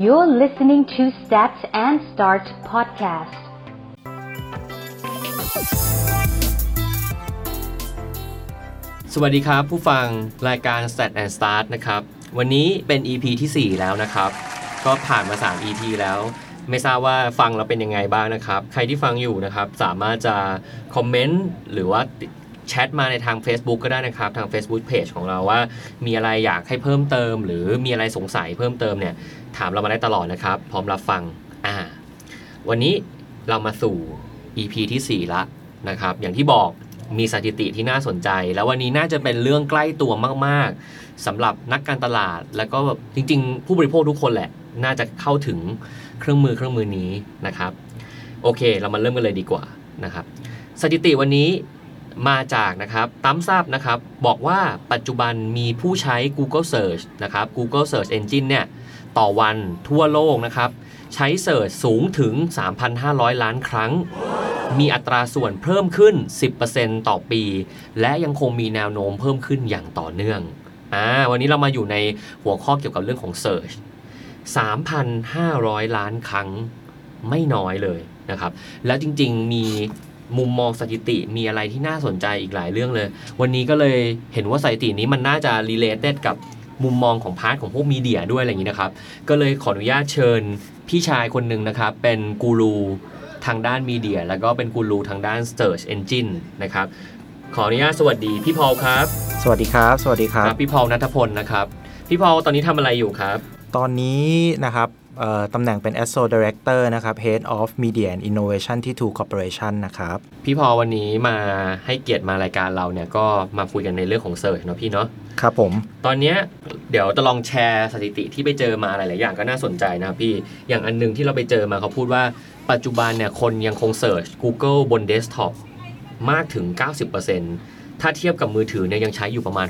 You're listening to Stats and Start podcast. สวัสดีครับผู้ฟังรายการ Stats and Start นะครับวันนี้เป็น EP ที่4แล้วนะครับก็ผ่านมา3 EP แล้วไม่ทราบว่าฟังแล้วเป็นยังไงบ้างนะครับใครที่ฟังอยู่นะครับสามารถจะคอมเมนต์หรือว่าแชทมาในทาง Facebook ก็ได้นะครับทาง Facebook Page ของเราว่ามีอะไรอยากให้เพิ่มเติมหรือมีอะไรสงสัยเพิ่มเติมเนี่ยถามเรามาได้ตลอดนะครับพร้อมรับฟังวันนี้เรามาสู่ EP ที่4ละนะครับอย่างที่บอกมีสถิติที่น่าสนใจแล้ววันนี้น่าจะเป็นเรื่องใกล้ตัวมากๆสำหรับนักการตลาดแล้วก็จริงๆผู้บริโภคทุกคนแหละน่าจะเข้าถึงเครื่องมือนี้นะครับโอเคเรามาเริ่มกันเลยดีกว่านะครับสถิติวันนี้มาจากนะครับThumbs Upนะครับบอกว่าปัจจุบันมีผู้ใช้ Google Search นะครับ Google Search Engine เนี่ยต่อวันทั่วโลกนะครับใช้ Search สูงถึง 3,500 ล้านครั้งมีอัตราส่วนเพิ่มขึ้น 10% ต่อปีและยังคงมีแนวโน้มเพิ่มขึ้นอย่างต่อเนื่องวันนี้เรามาอยู่ในหัวข้อเกี่ยวกับเรื่องของ Search 3,500 ล้านครั้งไม่น้อยเลยนะครับแล้วจริงๆมีมุมมองสถิติมีอะไรที่น่าสนใจอีกหลายเรื่องเลยวันนี้ก็เลยเห็นว่าสถิตินี้มันน่าจะ related กับมุมมองของพาร์ทของพวกมีเดียด้วยอะไรอย่างนี้นะครับก็เลยขออนุญาตเชิญพี่ชายคนหนึ่งนะครับเป็นกูรูทางด้านมีเดียแล้วก็เป็นกูรูทางด้าน Search Engine นะครับขออนุญาตสวัสดีพี่พอลครับสวัสดีครับสวัสดีครับพี่พอลณัฐพลนะครับพี่พอลตอนนี้ทำอะไรอยู่ครับตอนนี้นะครับตำแหน่งเป็น Associate Director นะครับ Head of Media and Innovation ที่ True Corporation นะครับพี่พอวันนี้มาให้เกียรติมารายการเราเนี่ยก็มาคุยกันในเรื่องของ Search เนาะพี่เนาะครับผมตอนนี้เดี๋ยวจะลองแชร์สถิติที่ไปเจอมาหลายๆอย่างก็น่าสนใจนะครับพี่อย่างอันนึงที่เราไปเจอมาเขาพูดว่าปัจจุบันเนี่ยคนยังคง Search Google บน Desktop มากถึง 90%ถ้าเทียบกับมือถือเนี่ยยังใช้อยู่ประมาณ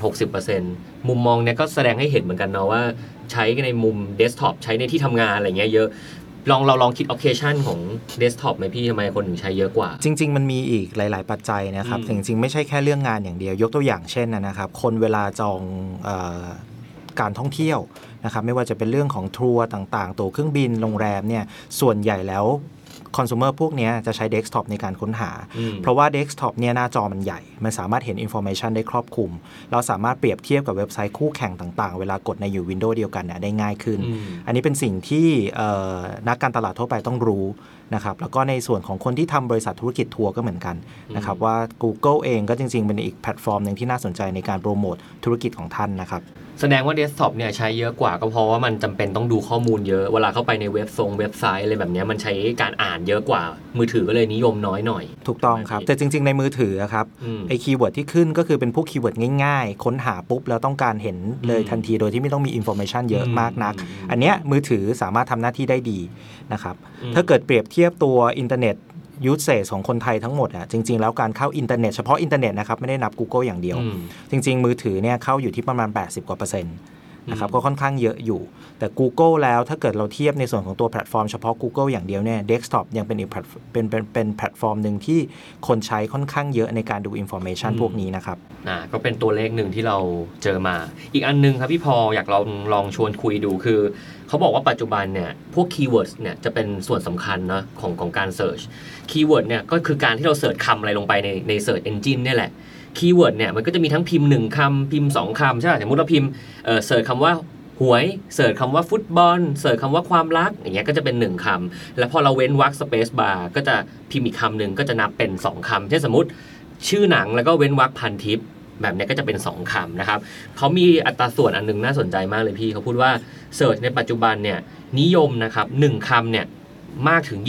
60% มุมมองเนี่ยก็แสดงให้เห็นเหมือนกันเนาะว่าใช้ในมุมเดสก์ท็อปใช้ในที่ทำงานอะไรเงี้ยเยอะเราลองคิด occasion ของเดสก์ท็อปไหมพี่ทำไมคนถึงใช้เยอะกว่าจริงๆมันมีอีกหลายๆปัจจัยนะครับจริงๆไม่ใช่แค่เรื่องงานอย่างเดียวยกตัวอย่างเช่นนะครับคนเวลาจองการท่องเที่ยวนะครับไม่ว่าจะเป็นเรื่องของทัวร์ต่างๆตั๋วเครื่องบินโรงแรมเนี่ยส่วนใหญ่แล้วคอน sumer พวกนี้จะใช้เดสก์ท็อปในการค้นหาเพราะว่าเดสก์ท็อปเนี่ยหน้าจอมันใหญ่มันสามารถเห็น information ได้ครอบคลุมเราสามารถเปรียบเทียบกับเว็บไซต์คู่แข่งต่างๆเวลากดในอยู่วินโดว์เดียวกันเนี่ยได้ง่ายขึ้นอันนี้เป็นสิ่งที่นักการตลาดทั่วไปต้องรู้นะครับแล้วก็ในส่วนของคนที่ทำบริษัทธุรกิจทัวร์ก็เหมือนกันนะครับว่า Google เองก็จริงๆเป็นอีกแพลตฟอร์มนึงที่น่าสนใจในการโปรโมทธุรกิจของท่านนะครับแสดงว่าเดสก์ท็อปเนี่ยใช้เยอะกว่าก็เพราะว่ามันจำเป็นต้องดูข้อมูลเยอะเวลาเข้าไปในเว็บไซต์อะไรแบบนี้มันใช้การอ่านเยอะกว่ามือถือก็เลยนิยมน้อยหน่อยถูกต้องครับแต่จริงๆในมือถือครับไอ้คีย์เวิร์ดที่ขึ้นก็คือเป็นพวกคีย์เวิร์ดง่ายๆค้นหาปุ๊บแล้วต้องการเห็นเลยทันทีโดยที่ไม่ต้องมีอินโฟเมชันเยอะมากนักอันเนี้ยมือถือสามารถทำหน้าที่ได้ดีนะครับถ้าเกิดเปรียบเทียบตัวอินเทอร์เน็ตยูสเซจของคนไทยทั้งหมดจริงๆแล้วการเข้าอินเทอร์เน็ตเฉพาะอินเทอร์เน็ตนะครับไม่ได้นับ Google อย่างเดียวจริงๆมือถือเนี่ยเข้าอยู่ที่ประมาณ 80% กว่านะครับก็ค่อนข้างเยอะอยู่แต่ Google แล้วถ้าเกิดเราเทียบในส่วนของตัวแพลตฟอร์มเฉพาะ Google อย่างเดียวเนี่ย Desktop ยังเป็นอีกเป็นแพลตฟอร์มหนึ่งที่คนใช้ค่อนข้างเยอะในการดู information พวกนี้นะครับก็เป็นตัวเลขหนึ่งที่เราเจอมาอีกอันนึงครับพี่พออยากลองชวนคุยดูคือเขาบอกว่าปัจจุบันเนี่ยพวก keywords เนี่ยจะเป็นส่วนสำคัญนะของการ search keyword เนี่ยก็คือการที่เราเสิร์ชคำอะไรลงไปใน search engine เนี่ยแหละคีย์เวิร์ดเนี่ยมันก็จะมีทั้งพิมพ์1คำพิมพ์2คำใช่ไหมสมมติเราพิมพ์เสิร์ชคำว่าหวยเสิร์ชคำว่าฟุตบอลเสิร์ชคำว่าความรักอย่างเงี้ยก็จะเป็น1คำแล้วพอเราเว้นวรรคสเปซบาร์ก็จะพิมพ์อีกคำหนึ่งก็จะนับเป็น2คำเช่นสมมติชื่อหนังแล้วก็เว้นวรรคพันทิปแบบนี้ก็จะเป็น2คำนะครับเขามีอัตราส่วนอันนึงน่าสนใจมากเลยพี่เขาพูดว่าเสิร์ชในปัจจุบันเนี่ยนิยมนะครับ1คำเนี่ยมากถึง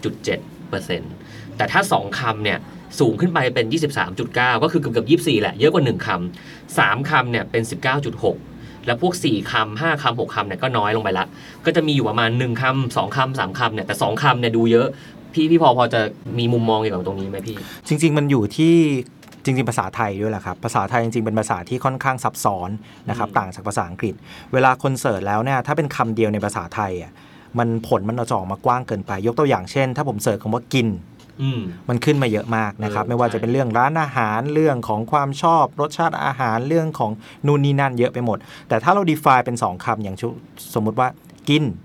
21.7% แต่ถ้า2คำเนี่ยสูงขึ้นไปเป็น 23.9 ก็คือเกือบ24แหละเยอะกว่า1คำ3คำเนี่ยเป็น 19.6 แล้วพวก4คำ5คำ6คำเนี่ยก็น้อยลงไปละก็จะมีอยู่ประมาณ1คำ2คำ3คำเนี่ยแต่2คำเนี่ยดูเยอะพี่พอจะมีมุมมองเกี่ยวกับตรงนี้ไหมพี่จริงๆมันอยู่ที่จริงๆภาษาไทยด้วยแหละครับภาษาไทยจริงๆเป็นภาษาที่ค่อนข้างซับซ้อนนะครับต่างจากภาษาอังกฤษเวลาคนเสิร์ชแล้วเนี่ยถ้าเป็นคำเดียวในภาษาไทยมันผลมันจะออกมากว้างเกินไปยกตัวอย่างเช่นถ้าผมเสิร์ชคำว่ากิน มันขึ้นมาเยอะมากนะครับไม่ว่าจะเป็นเรื่องร้านอาหารเรื่องของความชอบรสชาติอาหารเรื่องของนู่นนี่นั่นเยอะไปหมดแต่ถ้าเรา define เป็น2คำอย่างสมมุติว่ากิน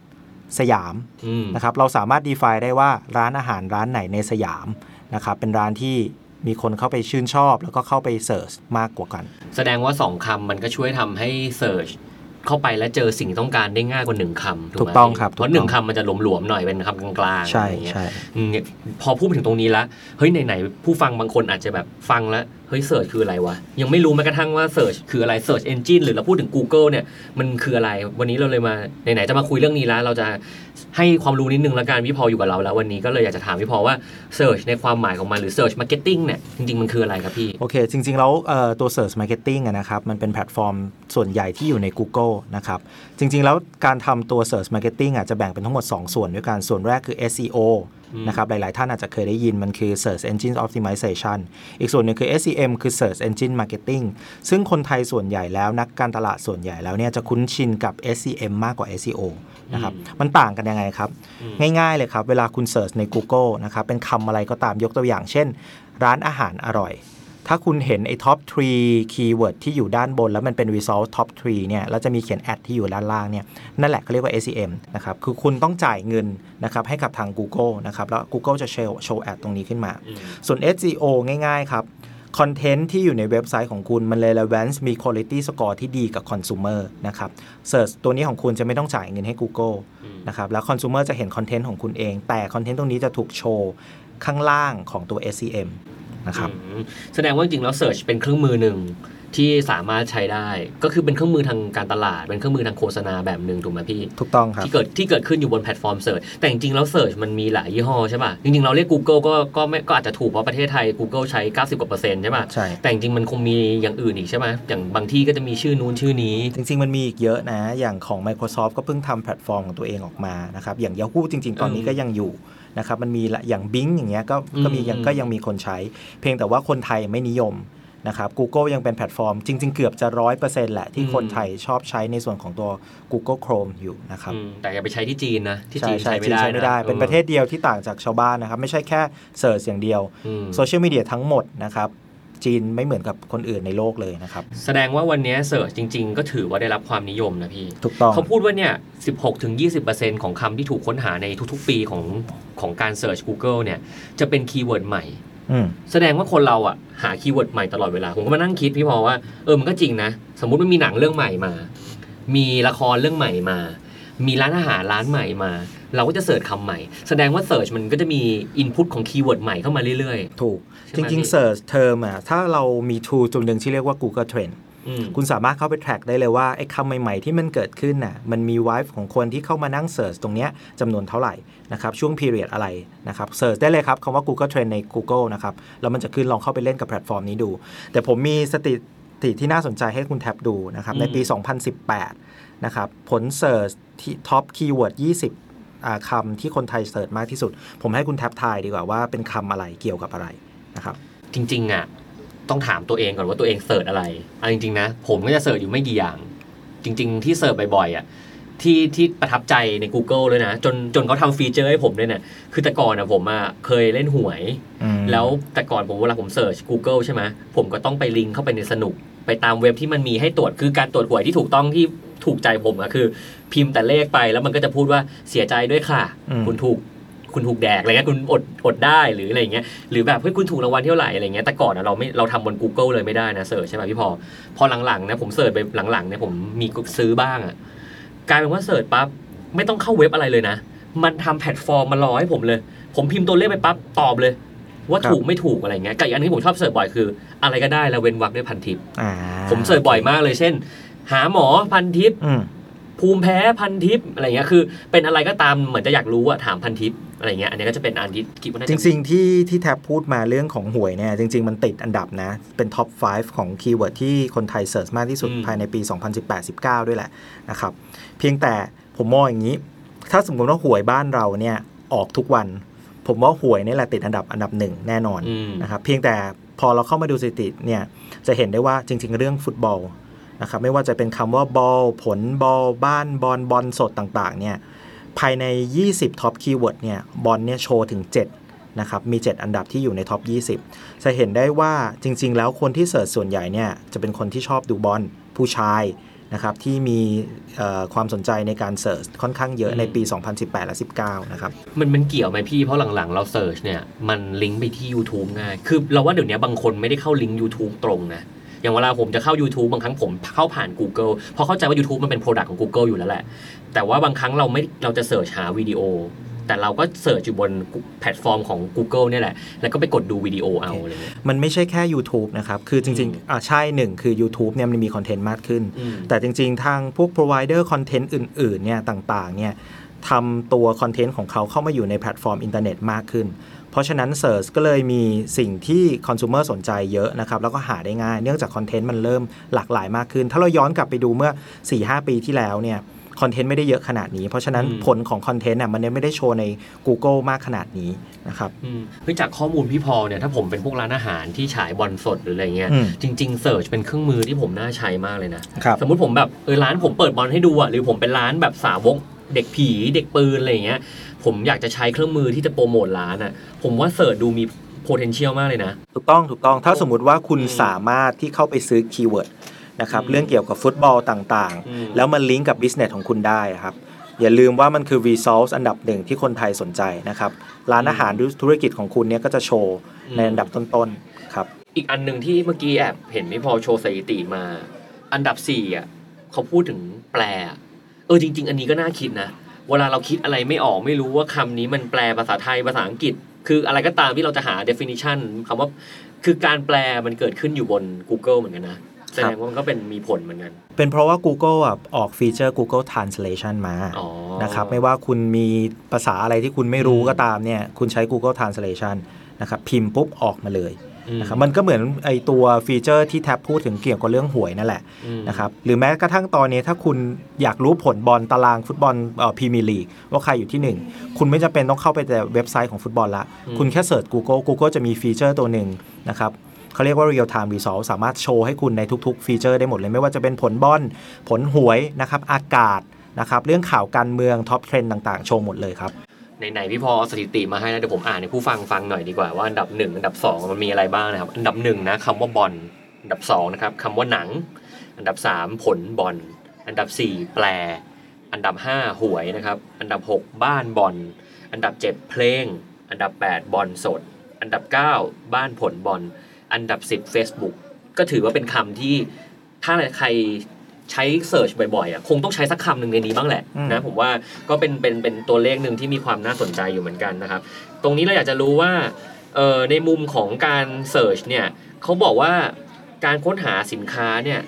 สยามนะครับเราสามารถ define ได้ว่าร้านอาหารร้านไหนในสยามนะครับเป็นร้านที่มีคนเข้าไปชื่นชอบแล้วก็เข้าไปเสิร์ชมากกว่ากันแสดงว่า2คำมันก็ช่วยทำให้เสิร์ชเข้าไปแล้วเจอสิ่งต้องการได้ง่ายกว่า1คำถูกต้องครับเพราะ1คำมันจะหลวมๆหน่อยเป็นคำกลางๆใช่ใช่พอพูดถึงตรงนี้แล้วเฮ้ยไหนๆผู้ฟังบางคนอาจจะแบบฟังแล้วเฮ้ยเสิร์ชคืออะไรวะยังไม่รู้แม้กระทั่งว่าเสิร์ชคืออะไรเสิร์ชเอนจินหรือเราพูดถึง Google เนี่ยมันคืออะไรวันนี้เราเลยมาไหนๆจะมาคุยเรื่องนี้แล้วเราจะให้ความรู้นิดนึงละกันพี่พออยู่กับเราแล้ววันนี้ก็เลยอยากจะถามพี่พอว่าเสิร์ชในความหมายของมันหรือเสิร์ชมาร์เก็ตติ้งเนี่ยจริงๆมันคืออะไรครับพี่โอเคจริงๆแล้วตัว Search Marketing นะครับมันเป็นแพลตฟอร์มส่วนใหญ่ที่อยู่ใน Google นะครับจริงๆแล้วการทำตัว Search Marketing จะแบ่งเป็นทั้งหมด2ส่วนด้วยกันส่วนแรกคือ SEO นะครับหลายๆท่านอาจจะเคยได้ยินมันคือ Search Engine Optimization อีกส่วนหนึ่งคือ SEM คือ Search Engine Marketing ซึ่งคนไทยส่วนใหญ่แล้วนักการตลาดส่วนใหญ่แล้วเนี่ยจะคุ้นชินกับ SEM มากกว่า SEO นะครับมันต่างกันยังไงครับง่ายๆเลยครับเวลาคุณ Search ใน Google นะครับเป็นคำอะไรก็ตามยกตัวอย่างเช่นร้านอาหารอร่อยถ้าคุณเห็นไอ้ top 3 keyword ที่อยู่ด้านบนแล้วมันเป็น result top 3เนี่ยแล้วจะมีเขียน ad ที่อยู่ด้านล่างเนี่ยนั่นแหละเขาเรียกว่า SEM นะครับคือคุณต้องจ่ายเงินนะครับให้กับทาง Google นะครับแล้ว Google จะโชว์ ad ตรงนี้ขึ้นมาส่วน SEO ง่ายๆครับคอนเทนต์ที่อยู่ในเว็บไซต์ของคุณมัน relevance มี quality score ที่ดีกับ consumer นะครับ search ตัวนี้ของคุณจะไม่ต้องจ่ายเงินให้ Google นะครับแล้ว consumer จะเห็นคอนเทนต์ของคุณเองแต่คอนเทนต์ตรงนี้จะถูกโชว์ข้างล่างของตัว SEMนะครับแสดงว่าจริงๆแล้ว Search เป็นเครื่องมือหนึ่งที่สามารถใช้ได้ก็คือเป็นเครื่องมือทางการตลาดเป็นเครื่องมือทางโฆษณาแบบนึงถูกไหมพี่ถูกต้องครับที่เกิดขึ้นอยู่บนแพลตฟอร์ม Search แต่จริงๆแล้ว Search มันมีหลายยี่ห้อใช่ป่ะจริงๆเราเรียก Google ก็อาจจะถูกเพราะประเทศไทย Google ใช้ 90% ใช่ป่ะใช่แต่จริงๆมันคงมีอย่างอื่นอีกใช่ไหมอย่างบางที่ก็จะมีชื่อนู้นชื่อนี้จริงๆมันมีอีกเยอะนะอย่างของ Microsoft ก็เพิ่งทำแพลตฟอร์มของตัวเองออกมานะครับอย่าง Yahoo จริงๆตอนนี้ก็ยังอยู่นะครับมันมีอย่าง Bing อย่างเงี้ยก็ยังมีคนใช้เพียงแต่ว่าคนไทยไม่นิยมนะครับ Google ยังเป็นแพลตฟอร์มจริงๆเกือบจะ 100% แหละที่คนไทยชอบใช้ในส่วนของตัว Google Chrome อยู่นะครับแต่อย่าไปใช้ที่จีนนะที่จีนใช้ไม่ได้เป็นประเทศเดียวที่ต่างจากชาวบ้านนะครับไม่ใช่แค่เสิร์ชอย่างเดียวโซเชียลมีเดียทั้งหมดนะครับจีนไม่เหมือนกับคนอื่นในโลกเลยนะครับแสดงว่าวันนี้เสิร์ชจริงๆก็ถือว่าได้รับความนิยมนะพี่ถูกต้องเขาพูดว่าเนี่ย 16-20% ของคำที่ถูกค้นหาในทุกๆปีของการเสิร์ช Google เนี่ยจะเป็นคีย์เวิร์ดใหม่แสดงว่าคนเราอ่ะหาคีย์เวิร์ดใหม่ตลอดเวลาผมก็มานั่งคิดพี่พอว่ามันก็จริงนะสมมุติมันมีหนังเรื่องใหม่มามีละครเรื่องใหม่มามีร้านอาหารร้านใหม่มาเราก็จะเสิร์ชคำใหม่แสดงว่าเสิร์ชมันก็จะมีอินพุตของคีย์เวิร์ดใหม่เข้ามาเรื่อยๆถูกจริงๆเสิร์ชเทอมถ้าเรามี tool ตัวหนึ่งที่เรียกว่า Google Trend คุณสามารถเข้าไป track ได้เลยว่าไอ้คำใหม่ๆที่มันเกิดขึ้นน่ะมันมี vibe ของคนที่เข้ามานั่งเสิร์ชตรงเนี้ยจำนวนเท่าไหร่นะครับช่วง period อะไรนะครับเสิร์ชได้เลยครับคำว่า Google Trend ใน Google นะครับแล้วมันจะขึ้นลองเข้าไปเล่นกับแพลตฟอร์มนี้ดูแต่ผมมีสถิติที่น่าสนใจให้คุณแท็บดูนะครับในปี 2018 นะครับผลเสิร์ชที่ท็อปคีย์เวิร์ด20คำที่คนไทยเสิร์ชมากที่สุดผมให้คุณแท็บทายดีกว่าว่าเป็นคำอะไรเกี่ยวกับอะไรนะครับจริงๆอ่ะต้องถามตัวเองก่อนว่าตัวเองเสิร์ชอะไรจริงๆนะผมก็จะเสิร์ชอยู่ไม่กี่อย่างจริงๆที่เสิร์ชบ่อยๆอ่ะที่ประทับใจใน Google เลยนะจนเขาทำฟีเจอร์ให้ผมด้วยเนี่ยคือแต่ก่อนผมเคยเล่นหวยแล้วแต่ก่อนเวลาผมเสิร์ช Google ใช่ไหมผมก็ต้องไปลิงก์เข้าไปในสนุกไปตามเว็บที่มันมีให้ตรวจคือการตรวจหวยที่ถูกต้องที่ถูกใจผมคือพิมพ์แต่เลขไปแล้วมันก็จะพูดว่าเสียใจด้วยค่ะคุณถูกแดกอะไรเงี้ยคุณอดได้หรืออะไรเงี้ยหรือแบบเฮ้ยคุณถูกรางวัลเท่าไหร่อะไรเงี้ยแต่ก่อนเราทำบน Google เลยไม่ได้นะเสิร์ชใช่ไหมพี่พอหลังๆนะผมเสิร์ชไปหลังๆเนี่ยผมมีซื้อบ้างกลายเป็นว่าเสิร์ชปั๊บไม่ต้องเข้าเว็บอะไรเลยนะมันทำแพลตฟอร์มมารอให้ผมเลยผมพิมพ์ตัวเลขไปปั๊บตอบเลยว่าถูกไม่ถูกอะไรเงี้ยกับอีกอันที่ผมชอบเสิร์ชบ่อยคืออะไรก็ได้แล้วเว้นวรรคด้วยพันทิปผมเสิร์ชบ่อยมากเลยเช่นหาหมอพันทิปภูมิแพ้พันทิปอะไรเงี้ยคือเป็นอะไรก็ตามเหมือนจะอยากรู้ถามพันทิปอะไรเงี้ยอันนี้ก็จะเป็นอันที่คิดว่าจริงๆที่แท็บพูดมาเรื่องของหวยเนี่ยจริงๆมันติดอันดับนะเป็นท็อป 5 ของคีย์เวิร์ดที่คนไทยเสิร์ชมากที่สุดภายในปี 2018-19 ด้วยแหละนะครับเพียงแต่ผมมองอย่างนี้ถ้าสมมติว่าหวยบ้านเราเนี่ยออกทุกวันผมว่าหวยนี่แหละติดอันดับหนึ่งแน่นอนนะครับเพียงแต่พอเราเข้ามาดูสถิติเนี่ยจะเห็นได้ว่าจริงๆเรื่องฟุตบอลนะครับไม่ว่าจะเป็นคำว่าบอลผลบอลบ้านบอลสดต่างๆเนี่ยภายใน20ท็อปคีย์เวิร์ดเนี่ยบอลเนี่ยโชว์ถึง7นะครับมี7อันดับที่อยู่ในท็อป20จะเห็นได้ว่าจริงๆแล้วคนที่เสิร์ชส่วนใหญ่เนี่ยจะเป็นคนที่ชอบดูบอลผู้ชายนะครับที่มีความสนใจในการเสิร์ชค่อนข้างเยอะในปี 2018 และ 19 นะครับมันเกี่ยวไหมพี่เพราะหลังๆเราเสิร์ชเนี่ยมันลิงก์ไปที่ YouTube ง่ายคือเราว่าเดี๋ยวนี้บางคนไม่ได้เข้าลิงก์ YouTube ตรงนะอย่างเวลาผมจะเข้า YouTube บางครั้งผมเข้าผ่าน Google เพราะเข้าใจว่า YouTube มันเป็น product ของ Google อยู่แล้วแหละแต่ว่าบางครั้งเราจะเสิร์ชหาวิดีโอแต่เราก็เสิร์ชอยู่บนแพลตฟอร์มของ Google เนี่ยแหละแล้วก็ไปกดดูวิดีโอเอาอะไรเงี้ยมันไม่ใช่แค่ YouTube นะครับคือจริงๆใช่หนึ่งคือ YouTube เนี่ยมันมีคอนเทนต์มากขึ้นแต่จริงๆทางพวก provider คอนเทนต์อื่นๆเนี่ยต่างๆเนี่ยทำตัวคอนเทนต์ของเขาเข้ามาอยู่ในแพลตฟอร์มอินเทอร์เน็ตมากขึ้นเพราะฉะนั้น Search ก็เลยมีสิ่งที่คอน sumer สนใจเยอะนะครับแล้วก็หาได้ง่ายเนื่องจากคอนเทนต์มันเริ่มหลากหลายมากขึ้นถ้าเราย้อนกลับไปดูเมื่อ 4-5 ปีที่แล้วเนี่ยคอนเทนต์ไม่ได้เยอะขนาดนี้เพราะฉะนั้นผลของคอนเทนต์มันไม่ได้โชว์ใน Google มากขนาดนี้นะครับจากข้อมูลพี่พอเนี่ยถ้าผมเป็นพวกร้านอาหารที่ฉายบอลสดหรืออะไรเงี้ยจริงๆเสิร์ชเป็นเครื่องมือที่ผมน่าใช้มากเลยนะสมมุติผมแบบร้านผมเปิดบอลให้ดูหรือผมเป็นร้านแบบสาวกเด็กผีเด็กปืนอะไรเงี้ยผมอยากจะใช้เครื่องมือที่จะโปรโมทร้านผมว่าเสิร์ชดูมี potential มากเลยนะถูกต้องถ้าสมมุติว่าคุณสามารถที่เข้าไปซื้อคีย์เวิร์ดนะครับเรื่องเกี่ยวกับฟุตบอลต่างๆแล้วมันลิงก์กับ business ของคุณได้ครับอย่าลืมว่ามันคือ resource อันดับหนึ่งที่คนไทยสนใจนะครับร้านอาหารหรือธุรกิจของคุณเนี่ยก็จะโชว์ในอันดับต้นๆครับอีกอันหนึ่งที่เมื่อกี้แอบเห็นไม่พอโชว์สถิติมาอันดับ4เขาพูดถึงแปลจริงๆอันนี้ก็น่าคิดนะเวลาเราคิดอะไรไม่ออกไม่รู้ว่าคำนี้มันแปลภาษาไทยภาษาอังกฤษคืออะไรก็ตามที่เราจะหา definition คำว่าคือการแปลมันเกิดขึ้นอยู่บน Google เหมือนกันนะแสดงว่ามันก็เป็นมีผลเหมือนกันเป็นเพราะว่า Google ออกฟีเจอร์ Google Translation มานะครับไม่ว่าคุณมีภาษาอะไรที่คุณไม่รู้ก็ตามเนี่ยคุณใช้ Google Translation นะครับพิมพ์ปุ๊บออกมาเลยนะครับมันก็เหมือนไอตัวฟีเจอร์ที่แท็บพูดถึงเกี่ยวกับเรื่องหวยนั่นแหละนะครับหรือแม้กระทั่งตอนนี้ถ้าคุณอยากรู้ผลบอลตารางฟุตบอลพรีเมียร์ลีกว่าใครอยู่ที่1คุณไม่จำเป็นต้องเข้าไปแต่เว็บไซต์ของฟุตบอลละคุณแค่เสิร์ช Google จะมีฟีเจอร์ตัวหนึ่งนะครับเขาเรียกว่า real time result สามารถโชว์ให้คุณในทุกๆฟีเจอร์ได้หมดเลยไม่ว่าจะเป็นผลบอลผลหวยนะครับอากาศนะครับเรื่องข่าวการเมืองท็อปเทรนด์ต่างๆโชว์หมดเลยครับไหนพี่พอสถิติมาให้นะเดี๋ยวผมอ่านให้ผู้ฟังหน่อยดีกว่าว่าอันดับ1อันดับ2มันมีอะไรบ้างนะครับอันดับ1นะคำว่าบอลอันดับ2นะครับคำว่าหนังอันดับ3ผลบอลอันดับ4แปลอันดับ5หวยนะครับอันดับ6บ้านบอลอันดับ7เพลงอันดับ8บอลสดอันดับ9บ้านผลบอลอันดับ10 Facebook ก็ถือว่าเป็นคำที่ถ้าใครใช้เสิร์ชบ่อยๆคงต้องใช้สักคำหนึ่งในนี้บ้างแหละนะผมว่าก็เป็นตัวเลขหนึ่งที่มีความน่าสนใจอยู่เหมือนกันนะครับตรงนี้เราอยากจะรู้ว่าในมุมของการเสิร์ชเนี่ยเขาบอกว่าการค้นหาสินค้าเนี่ย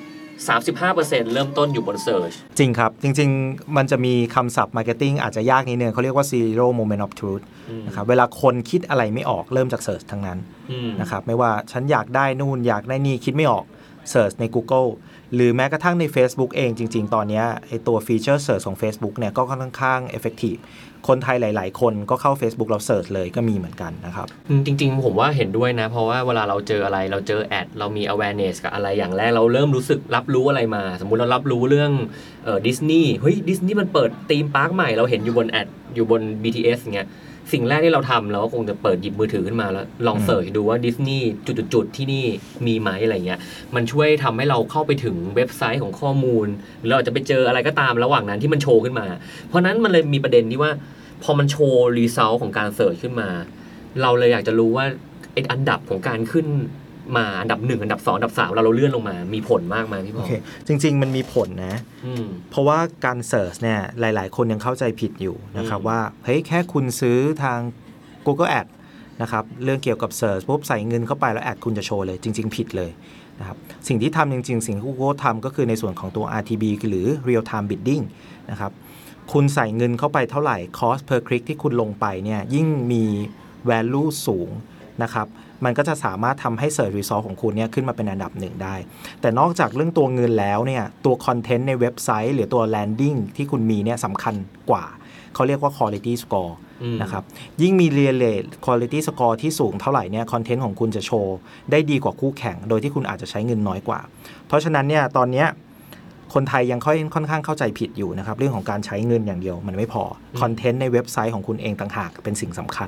35% เริ่มต้นอยู่บนเสิร์ชจริงครับจริงๆมันจะมีคำศัพท์มาร์เก็ตติ้งอาจจะยากนิดนึงเขาเรียกว่า zero moment of truth นะครับเวลาคนคิดอะไรไม่ออกเริ่มจากเสิร์ชทั้งนั้นนะครับไม่ว่าฉันอยากได้นู่นอยากได้นี่คิดไม่ออกเสิร์ชใน Google หรือแม้กระทั่งใน Facebook เองจริงๆตอนนี้ไอตัวฟีเจอร์เสิร์ชของ Facebook เนี่ยก็ค่อนข้าง effective คนไทยหลายๆคนก็เข้า Facebook เราเสิร์ชเลยก็มีเหมือนกันนะครับจริงๆผมว่าเห็นด้วยนะเพราะว่าเวลาเราเจออะไรเราเจอแอดเรามี awareness กับอะไรอย่างแรกเราเริ่มรู้สึกรับรู้อะไรมาสมมุติเรารับรู้เรื่องดิสนีย์เฮ้ยดิสนีย์มันเปิดธีมพาร์คใหม่เราเห็นอยู่บนแอดอยู่บน BTS อย่างเงี้ยสิ่งแรกที่เราทำเราก็คงจะเปิดหยิบมือถือขึ้นมาแล้วลองเสิร์ชดูว่าดิสนีย์จุดๆที่นี่มีไหมอะไรเงี้ยมันช่วยทำให้เราเข้าไปถึงเว็บไซต์ของข้อมูลหรือเราจะไปเจออะไรก็ตามระหว่างนั้นที่มันโชว์ขึ้นมาเพราะนั้นมันเลยมีประเด็นที่ว่าพอมันโชว์รีซัลต์ของการเสิร์ชขึ้นมาเราเลยอยากจะรู้ว่าไอ้อันดับของการขึ้นมาอันดับ1อันดับ2อันดับ3เราเลื่อนลงมามีผลมากไหมพี่พ่อ okay. จริงๆมันมีผลนะเพราะว่าการเสิร์ชเนี่ยหลายๆคนยังเข้าใจผิดอยู่นะครับว่าเฮ้ยแค่คุณซื้อทาง Google Ad นะครับเรื่องเกี่ยวกับเสิร์ชปุ๊บใส่เงินเข้าไปแล้วแอดคุณจะโชว์เลยจริงๆผิดเลยนะครับสิ่งที่ทำจริงๆสิ่งที่ Google ทำก็คือในส่วนของตัว RTB หรือ Real Time Bidding นะครับคุณใส่เงินเข้าไปเท่าไหร่ cost per click ที่คุณลงไปเนี่ยยิ่งมี value สูงนะครับมันก็จะสามารถทำให้ search result ของคุณเนี่ยขึ้นมาเป็นอันดับ1ได้แต่นอกจากเรื่องตัวเงินแล้วเนี่ยตัว content ในเว็บไซต์หรือตัว landing ที่คุณมีเนี่ยสำคัญกว่าเขาเรียกว่า quality score นะครับยิ่งมี relate quality score ที่สูงเท่าไหร่เนี่ย content ของคุณจะโชว์ได้ดีกว่าคู่แข่งโดยที่คุณอาจจะใช้เงินน้อยกว่าเพราะฉะนั้นเนี่ยตอนนี้คนไทยยังค่อนข้างเข้าใจผิดอยู่นะครับเรื่องของการใช้เงินอย่างเดียวมันไม่พอคอนเทนต์ในเว็บไซต์ของคุณเองต่างหากเป็นสิ่งสำคัญ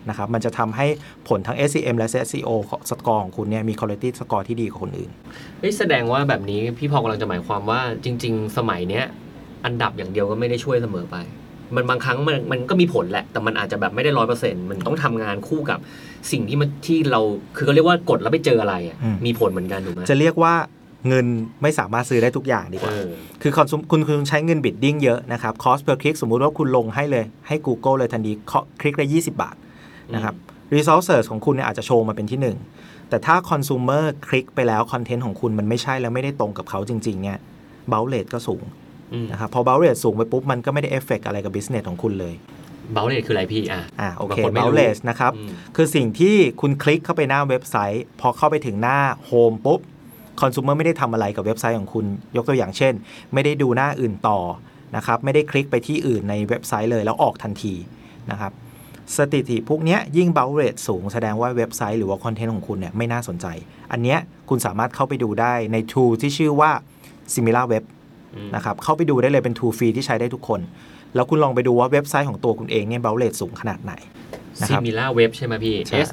นะครับมันจะทำให้ผลทั้ง SEM และ SEO สกอร์ของคุณเนี่ยมี quality สกอร์ที่ดีกว่าคนอื่นแสดงว่าแบบนี้พี่พอกำลังจะหมายความว่าจริงๆสมัยเนี้ยอันดับอย่างเดียวก็ไม่ได้ช่วยเสมอไปมันบางครั้งมันก็มีผลแหละแต่มันอาจจะแบบไม่ได้ 100% มันต้องทำงานคู่กับสิ่งที่เราคือเขาเรียกว่ากดแล้วไปเจออะไรมีผลเหมือนกันถูกไหมจะเรียกว่าเงินไม่สามารถซื้อได้ทุกอย่างดีกว่าคือคุณใช้เงินบิดดิ้งเยอะนะครับ cost per click สมมุติว่าคุณลงให้เลยให้ Google เลยทันทีคลิกละ20 บาทนะครับ result search ของคุณเนี่ยอาจจะโชว์มาเป็นที่1แต่ถ้า consumer คลิกไปแล้วคอนเทนต์ของคุณมันไม่ใช่แล้วไม่ได้ตรงกับเขาจริงๆเนี่ย bounce rate ก็สูงนะครับพอ bounce rate สูงไปปุ๊บมันก็ไม่ได้เอฟเฟกต์อะไรกับ business ของคุณเลย bounce rate คืออะไรพี่โอเค bounce rate นะครับคือสิ่งที่คุณคลิกเข้าไปหน้าเว็บไซต์พอเข้าไปถึงหน้า home ปุ๊บคอน sumer ไม่ได้ทำอะไรกับเว็บไซต์ของคุณยกตัวอย่างเช่นไม่ได้ดูหน้าอื่นต่อนะครับไม่ได้คลิกไปที่อื่นในเว็บไซต์เลยแล้วออกทันทีนะครับสถิติพวกนี้ยิ่ง bounce rate สูงแสดงว่าเว็บไซต์หรือว่าคอนเทนต์ของคุณเนี่ยไม่น่าสนใจอันเนี้ยคุณสามารถเข้าไปดูได้ใน tool ที่ชื่อว่า SimilarWeb นะครับเข้าไปดูได้เลยเป็น tool ฟรีที่ใช้ได้ทุกคนแล้วคุณลองไปดูว่าเว็บไซต์ของตัวคุณเองเนี่ย bounce rate สูงขนาดไหน SimilarWeb ใช่ไหมพี่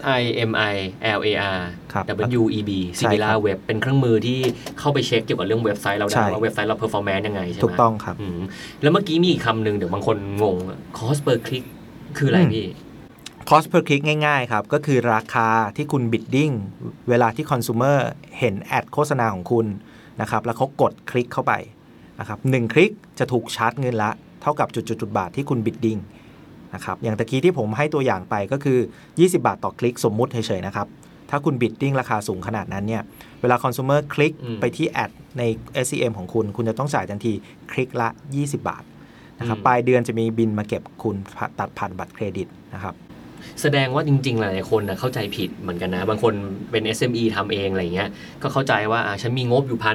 SIMILARWEB SimilarWeb เป็นเครื่องมือที่เข้าไปเช็คเกี่ยวกับเรื่องเว็บไซต์เราได้ว่าเว็บไซต์เรา performance ยังไงใช่ไหมถูกต้องครับแล้วเมื่อกี้มีอีกคำหนึ่งเดี๋ยวบางคนงง cost per click คืออะไรพี่ cost per click ง่ายๆครับก็คือราคาที่คุณ bidding เวลาที่ consumer เห็นแอดโฆษณาของคุณนะครับแล้วเขากดคลิกเข้าไปนะครับ1คลิกจะถูกชาร์จเงินละเท่ากับจุดๆบาทที่คุณ biddingนะครับอย่างตะกี้ที่ผมให้ตัวอย่างไปก็คือ20 บาทต่อคลิกสมมุติเฉยๆนะครับถ้าคุณบิดดิ้งราคาสูงขนาดนั้นเนี่ยเวลาคอน sumer คลิกไปที่แอดใน SEM ของคุณจะต้องจ่ายทันทีคลิกละ20 บาทนะครับปลายเดือนจะมีบินมาเก็บคุณตัดผ่านบัตรเครดิตนะครับแสดงว่าจริงๆหลายคนเข้าใจผิดเหมือนกันนะบางคนเป็น SME ทำเองอะไรเงี้ยก็เข้าใจว่าฉันมีงบอยู่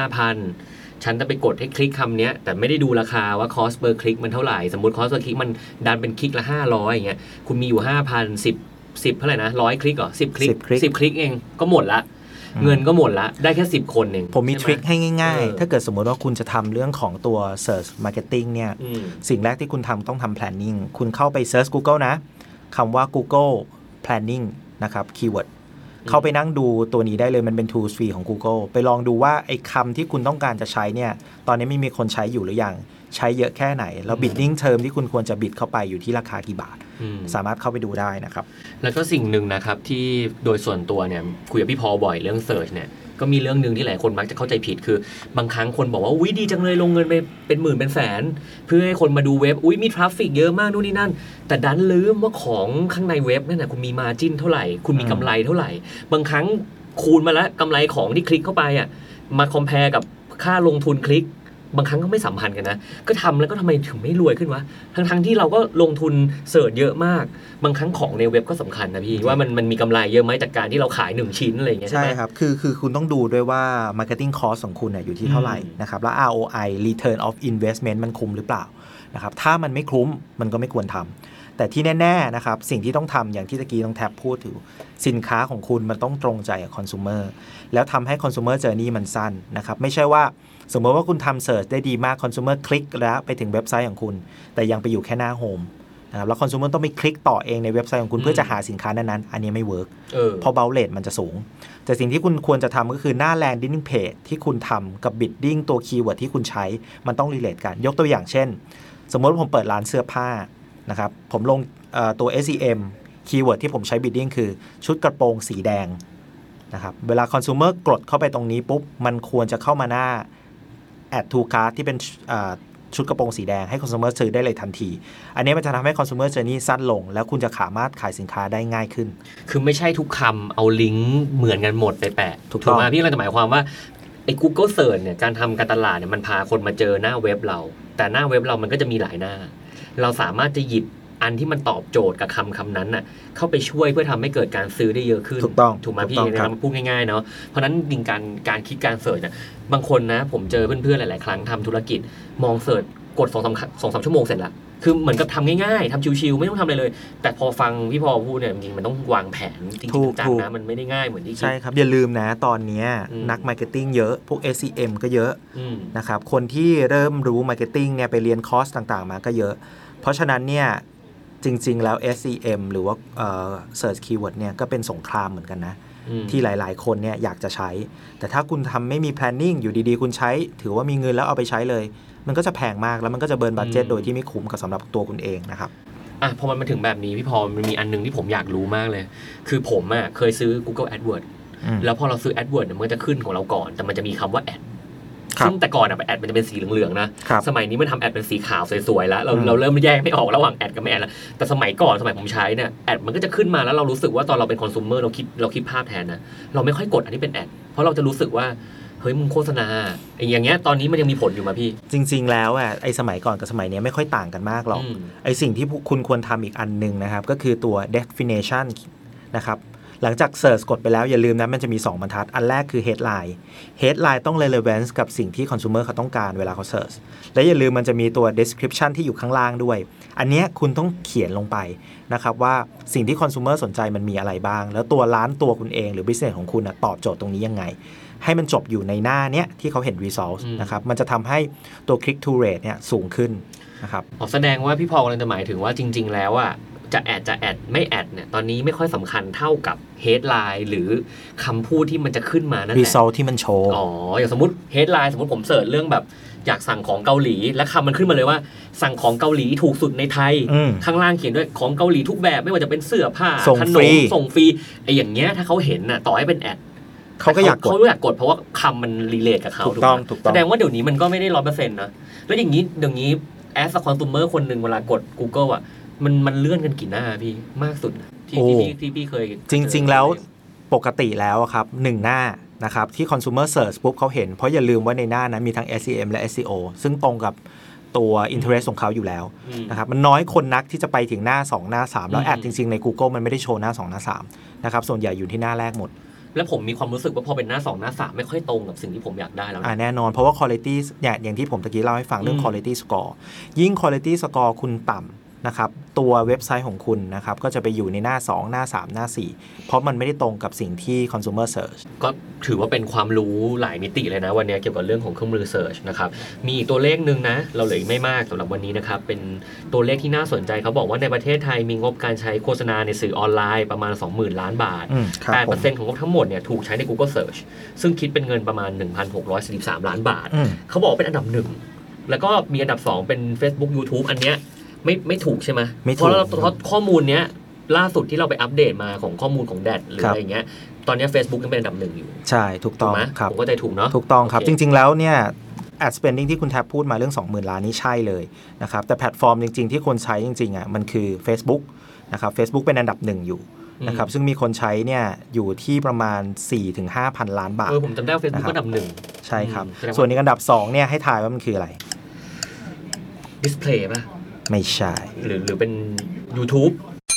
5,000ฉันจะไปกดให้คลิกคำนี้แต่ไม่ได้ดูราคาว่า cost per click มันเท่าไหร่สมมุติ cost per click มันดันเป็นคลิกละ500อย่างเงี้ยคุณมีอยู่ 5,000 10เท่าไหร่นะ100คลิกเหรอ10คลิก10คลิกเองก็หมดละเงินก็หมดละได้แค่10คนเองผมมีทริคให้ง่ายๆถ้าเกิดสมมติว่าคุณจะทำเรื่องของตัว search marketing เนี่ยสิ่งแรกที่คุณทำต้องทำ planning คุณเข้าไป search Google นะคำว่า Google planning นะครับ keywordเข้าไปนั่งดูตัวนี้ได้เลยมันเป็น tools free ของ Google ไปลองดูว่าไอ้คำที่คุณต้องการจะใช้เนี่ยตอนนี้ไม่มีคนใช้อยู่หรือยังใช้เยอะแค่ไหนแล้ว bidding term ที่คุณควรจะบิดเข้าไปอยู่ที่ราคากี่บาทสามารถเข้าไปดูได้นะครับแล้วก็สิ่งหนึ่งนะครับที่โดยส่วนตัวเนี่ยคุยกับพี่พอบ่อยเรื่อง search เนี่ยก็มีเรื่องนึงที่หลายคนมักจะเข้าใจผิดคือบางครั้งคนบอกว่าอุ๊ยดีจังเลยลงเงินไปเป็นหมื่นเป็นแสนเพื่อให้คนมาดูเว็บอุ๊ยมีทราฟฟิกเยอะมากนู่นนี่นั่นแต่ดันลืมว่าของข้างในเว็บนั่นน่ะคุณมีมาร์จิ้นเท่าไหร่คุณมีกำไรเท่าไหร่บางครั้งคูณมาแล้วกำไรของที่คลิกเข้าไปอ่ะมาคอมเพลกับค่าลงทุนคลิกบางครั้งก็ไม่สัมพันธ์กันนะก็ทำแล้วก็ทำไมถึงไม่รวยขึ้นวะทั้งที่เราก็ลงทุนเสิร์ชเยอะมากบางครั้งของในเว็บก็สำคัญนะพี่ว่ามันมีกำไรเยอะไหมจากการที่เราขาย1ชิ้นอะไรอย่างเงี้ยใช่ไหมใช่ครับคือคุณต้องดูด้วยว่า marketing cost ของคุณอยู่ที่เท่าไหร่นะครับแล้ว ROI return of investment มันคุ้มหรือเปล่านะครับถ้ามันไม่คุ้มมันก็ไม่ควรทำแต่ที่แน่ๆนะครับสิ่งที่ต้องทำอย่างที่ตะกี้ต้องแท็บพูดถึงสินค้าของคุณมันต้องตรงใจกับ consumer แล้วทำให้ consumer journey มันสั้นนะครับไม่ใช่ว่าสมมติว่าคุณทำ search ได้ดีมาก consumer คลิกแล้วไปถึงเว็บไซต์ของคุณแต่ยังไปอยู่แค่หน้า home นะครับแล้ว consumer ต้องไปคลิกต่อเองในเว็บไซต์ของคุณเพื่อจะหาสินค้านั้นๆอันนี้ไม่เวิร์กเพราะ bounce rate มันจะสูงแต่สิ่งที่คุณควรจะทำก็คือหน้า landing page ที่คุณทำกับ bidding ตัว keyword ที่คุณใช้มันต้อง relate กันยกตัวอย่างเช่นสมมติผมเปิดร้านเสื้อผ้านะครับผมลงตัว SEM keyword ที่ผมใช้ bidding คือชุดกระโปรงสีแดงนะครับเวลา consumer กดเข้าไปตรงนี้ปุ๊บมันควรจะเข้ามาหน้าadd to cart ที่เป็นชุดกระโปรงสีแดงให้ consumer ซื้อได้เลยทันทีอันนี้มันจะทำให้ consumer journey สั้นลงแล้วคุณจะสามารถขายสินค้าได้ง่ายขึ้นคือไม่ใช่ทุกคำเอาลิงก์เหมือนกันหมดไปแปะถูกไหมพี่เราจะหมายความว่าไอ้ Google Search เนี่ยการทำการตลาดเนี่ยมันพาคนมาเจอหน้าเว็บเราแต่หน้าเว็บเรามันก็จะมีหลายหน้าเราสามารถจะหยิบอันที่มันตอบโจทย์กับคำนั้นน่ะเข้าไปช่วยเพื่อทำให้เกิดการซื้อได้เยอะขึ้นถูกไหมพี่นะครับพูดง่ายๆเนาะเพราะนั้นจริงการคิดการเสิร์ชเนี่ยบางคนนะผมเจอเพื่อนๆหลายๆครั้งทำธุรกิจมองเสิร์ชกด2-3 ชั่วโมงเสร็จละคือเหมือนกับทำง่ายๆทำชิวๆไม่ต้องทำอะไรเลยแต่พอฟังพี่พอพูดเนี่ยจริงๆมันต้องวางแผนจริงๆจังๆนะมันไม่ได้ง่ายเหมือนที่คิดใช่ครับอย่าลืมนะตอนนี้นักมาร์เก็ตติ้งเยอะพวก SEM ก็เยอะนะครับคนที่เริ่มรู้มาร์เก็ตติ้งเนี่ยไปเรียนคอร์สต่างๆมาก็เยอะเพราะฉะนั้นเนี่ยจริงๆแล้ว SEM หรือว่าsearch keyword เนี่ยก็เป็นสงครามเหมือนกันนะที่หลายๆคนเนี่ยอยากจะใช้แต่ถ้าคุณทำไม่มี planning อยู่ดีๆคุณใช้ถือว่ามีเงินแล้วเอาไปใช้เลยมันก็จะแพงมากแล้วมันก็จะเบิร์นบัดเจ็ตโดยที่ไม่คุ้มกับสำหรับตัวคุณเองนะครับพอมันมาถึงแบบนี้พี่พอมันมีอันนึงที่ผมอยากรู้มากเลยคือผมเคยซื้อ Google AdWords แล้วพอเราซื้อ AdWords เนี่ยมันจะขึ้นของเราก่อนแต่มันจะมีคำว่า Ad ซึ่งแต่ก่อนแอดมันจะเป็นสีเหลืองๆนะสมัยนี้มันทำแอดเป็นสีขาวสวยๆแล้วเราเริ่มแยกไม่ออกระหว่างแอดกับไม่แอดแล้วแต่สมัยก่อนสมัยผมใช้เนี่ยแอดมันก็จะขึ้นมาแล้วเรารู้สึกว่าตอนเราเป็นคอน sumer เราคิดภาพแทนนะเราไม่ค่อยกดอันนี้เป็นแอดเพราะเราจะรู้สึกว่าเฮ้ยมึงโฆษณาอย่างเงี้ยตอนนี้มันยังมีผลอยู่มาพี่จริงๆแล้วไอ้สมัยก่อนกับสมัยนี้ไม่ค่อยต่างกันมากหรอกไอ้สิ่งที่คุณควรทำอีกอันนึงนะครับก็คือตัว definition นะครับหลังจาก search กดไปแล้วอย่าลืมนะมันจะมี2บรรทัดอันแรกคือ headline ต้อง relevance กับสิ่งที่ consumer เขาต้องการเวลาเขา search และอย่าลืมมันจะมีตัว description ที่อยู่ข้างล่างด้วยอันนี้คุณต้องเขียนลงไปนะครับว่าสิ่งที่ consumer สนใจมันมีอะไรบ้างแล้วตัวร้านตัวคุณเองหรือ business ของคุณตอบโจทย์ตรงนี้ยังไงให้มันจบอยู่ในหน้าเนี้ยที่เขาเห็น result นะครับมันจะทำให้ตัว click to rate เนี่ยสูงขึ้นนะครับแสดงว่าพี่พอกำลังจะหมายถึงว่าจริงๆแล้วจะแอดไม่แอดเนี่ยตอนนี้ไม่ค่อยสำคัญเท่ากับ headline หรือคำพูดที่มันจะขึ้นมานั่นแหละ result ที่มันโชว์อย่างสมมติ headline สมมติผมเสิร์ชเรื่องแบบอยากสั่งของเกาหลีและคำมันขึ้นมาเลยว่าสั่งของเกาหลีถูกสุดในไทยข้างล่างเขียนด้วยของเกาหลีทุกแบบไม่ว่าจะเป็นเสื้อผ้าขนมส่งฟรีอย่างเงี้ยถ้าเขาเห็นต่อให้เป็นแอดเขาก็อยากกดเพราะว่าคำมันรีเลทกับเขาถูกต้องแสดงว่าเดี๋ยวนี้มันก็ไม่ได้ 100% นะแล้วอย่างนี้เดี๋ยวนี้ as a consumer คนนึงเวลากด Google มันเลื่อนกันกี่หน้าพี่มากสุดที่พี่เคยจริงๆแล้วปกติแล้วครับ1หน้านะครับที่ consumer search ปุ๊บเขาเห็นเพราะอย่าลืมว่าในหน้านั้นมีทั้ง SEM และ SEO ซึ่งตรงกับตัว interest ของเขาอยู่แล้วนะครับมันน้อยคนนักที่จะไปถึงหน้า2หน้า3แล้วแอดจริงๆใน Google มันไม่ได้โชว์หน้า2หน้า3นะครับส่วนใหญ่อยู่ที่หน้าแรกหมดแล้วผมมีความรู้สึกว่าพอเป็นหน้า2หน้า3ไม่ค่อยตรงกับสิ่งที่ผมอยากได้แล้วแน่นอนเพราะว่า quality อย่างที่ผมตะกี้เล่าให้ฟังเรื่อง quality score ยิ่ง quality score คุณต่ำนะครับตัวเว็บไซต์ของคุณนะครับก็จะไปอยู่ในหน้า2หน้า3หน้า4เพราะมันไม่ได้ตรงกับสิ่งที่ consumer search ก็ถือว่าเป็นความรู้หลายมิติเลยนะวันนี้เกี่ยวกับเรื่องของเครื่องมือ search นะครับมีอีกตัวเลขนึงนะเราเหลืออีกไม่มากสำหรับวันนี้นะครับเป็นตัวเลขที่น่าสนใจเขาบอกว่าในประเทศไทยมีงบการใช้โฆษณาในสื่อออนไลน์ประมาณ 20,000 ล้านบาท 8% ของงบทั้งหมดเนี่ยถูกใช้ใน Google Search ซึ่งคิดเป็นเงินประมาณ 1,643 ล้านบาทเขาบอกเป็นอันดับ1แล้วก็มีอันดับ2เป็น Facebook YouTube อันเนี้ยไม่ถูกใช่ไหมเพราะข้อมูลเนี้ยล่าสุดที่เราไปอัปเดตมาของข้อมูลของแดดหรืออะไรเงี้ยตอนนี้ Facebook ยังเป็นอันดับ1อยู่ใช่ถูกต้องครับผมก็ใจถูกเนาะถูกต้องครับจริงๆแล้วเนี่ย ad spending ที่คุณแทบพูดมาเรื่อง 20,000 ล้านนี่ใช่เลยนะครับแต่แพลตฟอร์มจริงๆที่คนใช้จริงๆมันคือ Facebook นะครับ Facebook เป็นอันดับ1อยู่นะครับซึ่งมีคนใช้เนี่ยอยู่ที่ประมาณ 4-5,000 ล้านบาทผมจำได้ Facebook อันดับ1 ใช่ครับส่วนในอันดับ2เนี่ยให้ทายว่ามันคืออะไร display ป่ะไม่ใช่หรือเป็น YouTube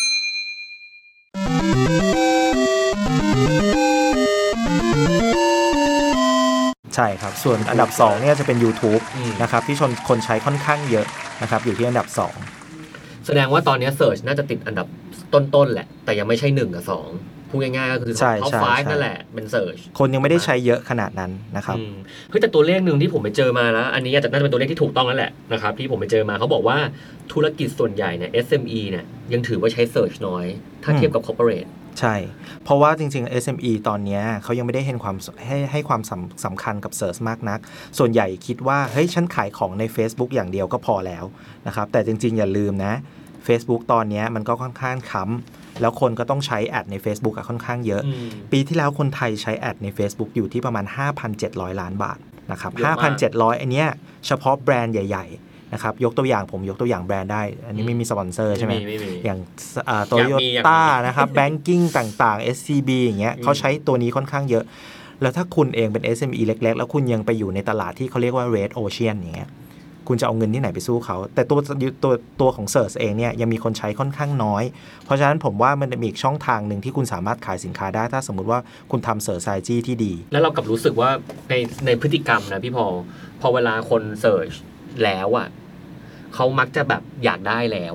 ใช่ครับส่วนอันดับ2เนี่ยจะเป็น YouTube นะครับที่คนใช้ค่อนข้างเยอะนะครับอยู่ที่อันดับ2 แสดงว่าตอนนี้ Search น่าจะติดอันดับต้นๆแหละแต่ยังไม่ใช่1กับ2พูดง่ายๆก็คือ Top 5นั่นแหละเป็น Search คนยังไม่ได้ใช้เยอะขนาดนั้นนะครับเฮ้ยแต่ตัวเลขนึงที่ผมไปเจอมาแล้วอันนี้น่าจะเป็นตัวเลขที่ถูกต้องแล้วแหละนะครับที่ผมไปเจอมาเขาบอกว่าธุรกิจส่วนใหญ่เนี่ย SME เนี่ยยังถือว่าใช้ Search น้อยถ้าเทียบกับ Corporate ใช่เพราะว่าจริงๆ SME ตอนนี้เขายังไม่ได้ให้ความสำคัญกับ Search มากนักส่วนใหญ่คิดว่าเฮ้ยฉันขายของใน Facebook อย่างเดียวก็พอแล้วนะครับแต่จริงๆอย่าลืมนะ Facebook ตอนนี้มันก็ค่อนข้างค้ำแล้วคนก็ต้องใช้แอดใน Facebook ค่อนข้างเยอะปีที่แล้วคนไทยใช้แอดใน Facebook อยู่ที่ประมาณ 5,700 ล้านบาทนะครับ 5,700 อันเนี้ยเฉพาะแบรนด์ใหญ่ๆนะครับยกตัวอย่างผมยกตัวอย่างแบรนด์ได้อันนี้ไม่มีสปอนเซอร์ใช่ไหมอย่างโตโยต้านะครับแบงกิ้งต่างๆ SCB อย่างเงี้ยเขาใช้ตัวนี้ค่อนข้างเยอะแล้วถ้าคุณเองเป็น SME เล็กๆแล้วคุณยังไปอยู่ในตลาดที่เขาเรียกว่า Red Ocean อย่างเงี้ยคุณจะเอาเงินที่ไหนไปสู้เขาแต่ตัวของ Search เองเนี่ยยังมีคนใช้ค่อนข้างน้อยเพราะฉะนั้นผมว่ามันมีอีกช่องทางหนึ่งที่คุณสามารถขายสินค้าได้ถ้าสมมุติว่าคุณทำ Search Strategy ที่ดีแล้วเรากลับรู้สึกว่าในพฤติกรรมนะพี่พอเวลาคน Search แล้วเขามักจะแบบอยากได้แล้ว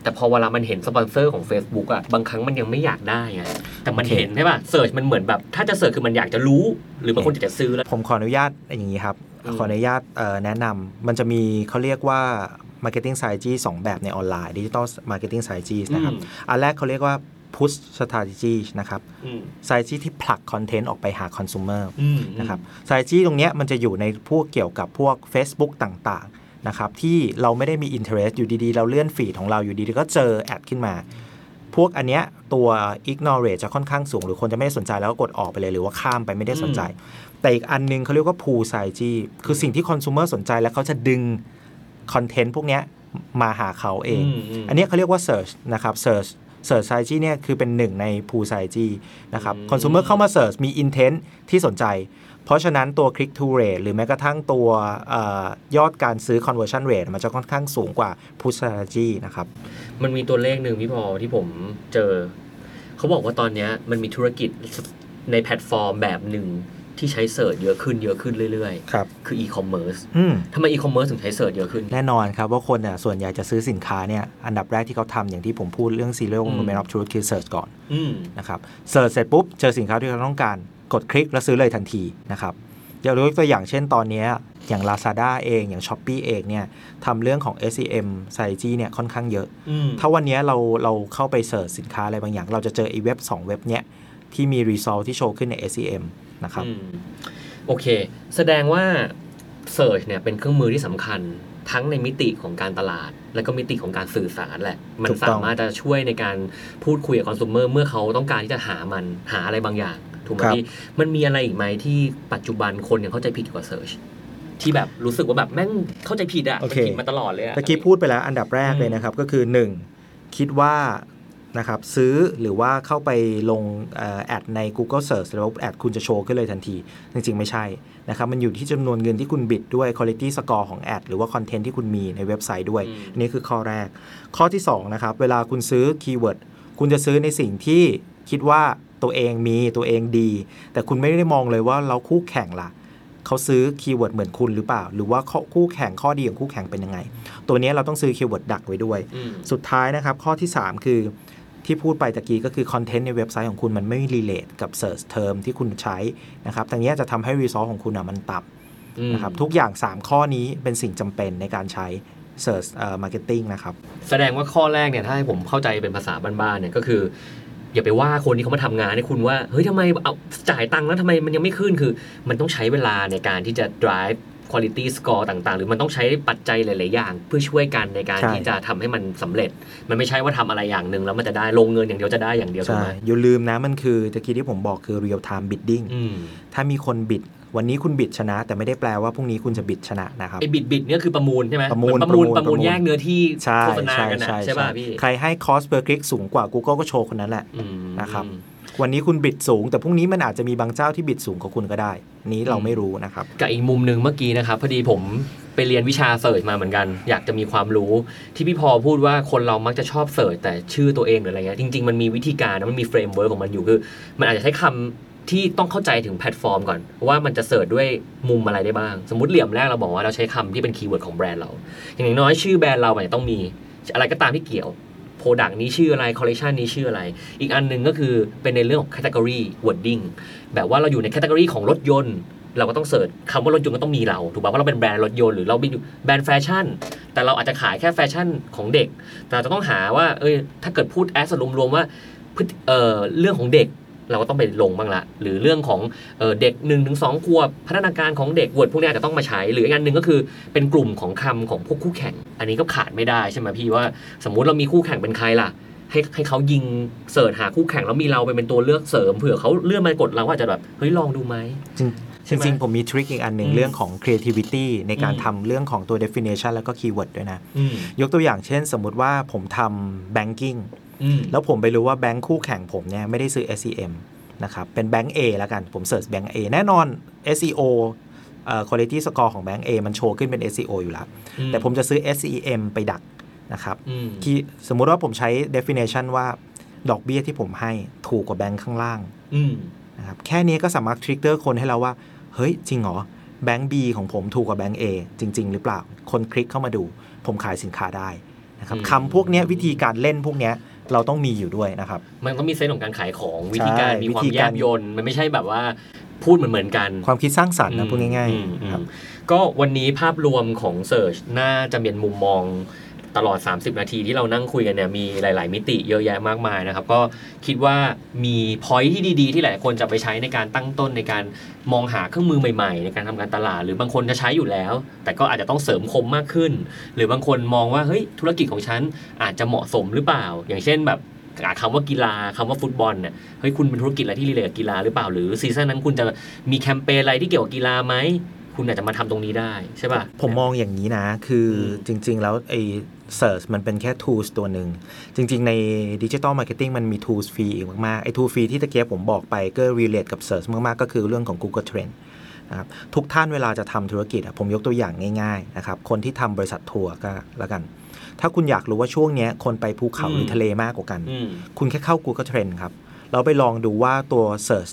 แต่พอเวลามันเห็นสปอนเซอร์ของ Facebook อ่ะบางครั้งมันยังไม่อยากได้ไงแต่มันเห็นใช่ป่ะเสิร์ชมันเหมือนแบบถ้าจะเสิร์ชคือมันอยากจะรู้หรือบางคนจะซื้อแล้วผมขออนุญาตอย่างนี้ครับขออนุญาตแนะนำมันจะมีเขาเรียกว่า marketing strategy 2 แบบในออนไลน์ digital marketing strategy นะครับอันแรกเขาเรียกว่า push strategy นะครับ strategy ที่ผลักคอนเทนต์ออกไปหา consumer นะครับ strategy ตรงนี้มันจะอยู่ในพวกเกี่ยวกับพวก Facebook ต่างๆนะครับที่เราไม่ได้มี interest อยู่ดีๆเราเลื่อนฟีดของเราอยู่ดีๆก็เจอแอดขึ้นมาพวกอันเนี้ยตัว ignore rate จะค่อนข้างสูงหรือคนจะไม่ได้สนใจแล้วก็กดออกไปเลยหรือว่าข้ามไปไม่ได้สนใจแต่อีกอันนึงเขาเรียกว่า pull strategy คือสิ่งที่ consumer สนใจแล้วเขาจะดึงคอนเทนต์พวกเนี้ยมาหาเขาเองอันนี้เขาเรียกว่า search นะครับ search strategy เนี่ยคือเป็นหนึ่งใน pull strategy นะครับ consumer เข้ามา search มี intent ที่สนใจเพราะฉะนั้นตัว click to rate หรือแม้กระทั่งตัวยอดการซื้อ conversion rate มันจะค่อนข้างสูงกว่า push strategy นะครับมันมีตัวเลขหนึ่งพี่พอที่ผมเจอเขาบอกว่าตอนนี้มันมีธุรกิจในแพลตฟอร์มแบบหนึ่งที่ใช้เสิร์ชเยอะขึ้นเรื่อยๆคือ e-commerce ทำไม e-commerce ถึงใช้เสิร์ชเยอะขึ้นแน่นอนครับว่าคนส่วนใหญ่จะซื้อสินค้าเนี่ยอันดับแรกที่เขาทำอย่างที่ผมพูดเรื่อง serial moment of truth คือ search ก่อนนะครับเสิร์ชเสร็จปุ๊บเจอสินค้าที่เขาต้องการกดคลิกแล้วซื้อเลยทันทีนะครับยกตัวอย่างเช่นตอนนี้อย่าง Lazada เองอย่าง Shopee เองเนี่ยทำเรื่องของ SEM strategy เนี่ยค่อนข้างเยอะถ้าวันนี้เราเข้าไปเสิร์ชสินค้าอะไรบางอย่างเราจะเจอเว็บ2เว็บเนี้ยที่มี result ที่โชว์ขึ้นใน SEM นะครับโอเคแสดงว่า Search เนี่ยเป็นเครื่องมือที่สำคัญทั้งในมิติของการตลาดและก็มิติของการสื่อสารแหละมันสามารถจะช่วยในการพูดคุยกับคอน sumer เมื่อเขาต้องการที่จะหาอะไรบางอย่างถูกไหมพี่มันมีอะไรอีกไหมที่ปัจจุบันคนยังเข้าใจผิดเกี่ยวกับ Search ที่แบบรู้สึกว่าแบบแม่งเข้าใจผิดมันผิดมาตลอดเลยตะกี้พูดไปแล้วอันดับแรกเลยนะครับก็คือ1คิดว่านะครับซื้อหรือว่าเข้าไปลงแอดใน Google Search แล้วแอดคุณจะโชว์ขึ้นเลยทันทีจริงๆไม่ใช่นะครับมันอยู่ที่จำนวนเงินที่คุณบิดด้วย Quality Score ของแอดหรือว่าคอนเทนต์ที่คุณมีในเว็บไซต์ด้วยนี่คือข้อแรกข้อที่2นะครับเวลาคุณซื้อคีย์เวิร์ดคุณจะซื้อในสิ่งที่คิดว่าตัวเองมีตัวเองดีแต่คุณไม่ได้มองเลยว่าเราคู่แข่งล่ะเขาซื้อคีย์เวิร์ดเหมือนคุณหรือเปล่าหรือว่าคู่แข่งข้อดีของคู่แข่งเป็นยังไงตัวนี้เราต้องซื้อคีย์เวิร์ดดักไว้ด้วยสุดท้ายนะครับข้อที่3คือที่พูดไปตะกี้ก็คือคอนเทนต์ในเว็บไซต์ของคุณมันไม่รีเลทกับ search term ที่คุณใช้นะครับตรงนี้จะทำให้ result ของคุณมันต่ำนะครับทุกอย่าง3ข้อนี้เป็นสิ่งจำเป็นในการใช้ search marketing นะครับแสดงว่าข้อแรกเนี่ยถ้าให้ผมเข้าใจเป็นภาษาบ้านๆเนี่ยก็คืออย่าไปว่าคนที่เขามาทำงานให้คุณว่าเฮ้ยทำไมเอาจ่ายตังค์แล้วทำไมมันยังไม่ขึ้นคือมันต้องใช้เวลาในการที่จะ drive quality score ต่างๆหรือมันต้องใช้ปัจจัยหลายๆอย่างเพื่อช่วยกันในการที่จะทำให้มันสำเร็จมันไม่ใช่ว่าทำอะไรอย่างหนึ่งแล้วมันจะได้ลงเงินอย่างเดียวจะได้อย่างเดียวใช่ไหมอย่าลืมนะมันคือตะกี้ที่ผมบอกคือ real time bidding ถ้ามีคนบิดวันนี้คุณบิดชนะแต่ไม่ได้แปลว่าพรุ่งนี้คุณจะบิดชนะนะครับไอ้บิดเนี่ยคือประมูลใช่ไหมประมูลแยกเนื้อที่โฆษณากันนะใช่ป่ะพี่ใครให้ cost per click สูงกว่า Google ก็โชว์คนนั้นแหละนะครับวันนี้คุณบิดสูงแต่พรุ่งนี้มันอาจจะมีบางเจ้าที่บิดสูงกว่าคุณก็ได้นี้เราไม่รู้นะครับกับอีกมุมนึงเมื่อกี้นะครับพอดีผมไปเรียนวิชาเสิร์ชมาเหมือนกันอยากจะมีความรู้ที่พี่พอพูดว่าคนเรามักจะชอบเสิร์ชแต่ชื่อตัวเองหรืออะไรเงี้ยจริงๆมันมีวิธีการนะมันมีเฟรมเวิร์กของมันอยู่คือมันอาจจะใช้คำที่ต้องเข้าใจถึงแพลตฟอร์มก่อนว่ามันจะเสิร์ชด้วยมุมอะไรได้บ้างสมมติเหลี่ยมแรกเราบอกว่าเราใช้คำที่เป็นคีย์เวิร์ดของแบรนด์เราอย่างน้อยชื่อแบรนด์เราเนี่ยต้องมีอะไรก็ตามที่เกี่ยวโปรดักต์นี้ชื่ออะไรคอลเลคชันนี้ชื่ออะไรอีกอันนึงก็คือเป็นในเรื่องของ category wording แบบว่าเราอยู่ใน category ของรถยนต์เราก็ต้องเสิร์ชคำว่ารถยนต์ก็ต้องมีเราถูกป่ะเพราะเราเป็นแบรนด์รถยนต์หรือเราเป็นแบรนด์แฟชั่นแต่เราอาจจะขายแค่แฟชั่นของเด็กแต่เราจะต้องหาว่าถ้าเกิดพูดแอสรวมๆว่าเรื่องของเด็กเราก็ต้องไปลงบ้างละหรือเรื่องของเด็ก 1-2 ขวบพัฒนาการของเด็กวอร์ดพวกนี้อาจจะต้องมาใช้หรืออีกอันนึงก็คือเป็นกลุ่มของคำของพวกคู่แข่งอันนี้ก็ขาดไม่ได้ใช่ไหมพี่ว่าสมมุติเรามีคู่แข่งเป็นใครล่ะให้เขายิงเสิร์ชหาคู่แข่งแล้วมีเราไปเป็นตัวเลือกเสริมเผื่อเขาเลื่อนมากดเราอาจจะแบบเฮ้ยลองดูไหมจริงๆผมมีทริคอีกอันหนึ่งเรื่องของ creativity ในการทำเรื่องของตัว definition แล้วก็ keyword ด้วยนะยกตัวอย่างเช่นสมมุติว่าผมทำ banking แล้วผมไปรู้ว่าแบงค์คู่แข่งผมเนี่ยไม่ได้ซื้อ SEM นะครับเป็นแบงค์ A แล้วกันผมเสิร์ชแบงค์ A แน่นอน SEO quality score ของแบงค์ A มันโชว์ขึ้นเป็น SEO อยู่แล้วแต่ผมจะซื้อ SEM ไปดักนะครับสมมุติว่าผมใช้ definition ว่าดอกเบี้ยที่ผมให้ถูกกว่าแบงค์ข้างล่างนะครับแค่นี้ก็สามารถ trigger คนให้เราว่าเฮ้ยจริงเหรอแบงค์ B ของผมถูกกว่าแบงค์ A จริงๆหรือเปล่าคนคลิกเข้ามาดูผมขายสินค้าได้นะครับคำพวกเนี้ยวิธีการเล่นพวกเนี้ยเราต้องมีอยู่ด้วยนะครับมันก็มีเซนส์ของการขายของวิธีการใช่มีความวิธีแยการบยลมันไม่ใช่แบบว่าพูดเหมือนกันความคิดสร้างสรรค์นะพูดง่ายๆครับก็วันนี้ภาพรวมของ Search น่าจะเป็นมุมมองตลอด30นาทีที่เรานั่งคุยกันเนี่ยมีหลายๆมิติเยอะแยะมากมายนะครับก็คิดว่ามีพอยท์ที่ดีๆที่หลายคนจะไปใช้ในการตั้งต้นในการมองหาเครื่องมือใหม่ๆในการทำการตลาดหรือบางคนจะใช้อยู่แล้วแต่ก็อาจจะต้องเสริมคมมากขึ้นหรือบางคนมองว่าเฮ้ยธุรกิจของฉันอาจจะเหมาะสมหรือเปล่าอย่างเช่นแบบคำว่ากีฬาคำว่าฟุตบอลเนี่ยเฮ้ยคุณเป็นธุรกิจอะไรที่รีเลทกับกีฬาหรือเปล่าหรือซีซั่นนั้นคุณจะมีแคมเปญอะไรที่เกี่ยวกับกีฬาไหมคุณอาจจะมาทำตรงนี้ได้ใช่ป่ะผมมองอย่างนี้นะคือจริงๆแล้วไอ้ Search มันเป็นแค่ tools ตัวหนึ่งจริงๆใน Digital Marketing มันมี tools ฟรีอีกมากๆไอ้ tool ฟรีที่ตะเกียบผมบอกไปก็ relate กับ Search มากๆก็คือเรื่องของ Google Trend นะครับทุกท่านเวลาจะทำธุรกิจผมยกตัวอย่างง่ายๆนะครับคนที่ทำบริษัททัวร์ก็แล้วกันถ้าคุณอยากรู้ว่าช่วงนี้คนไปภูเขาหรือทะเลมากกว่ากันคุณแค่เข้า Google Trend ครับแล้วไปลองดูว่าตัว Search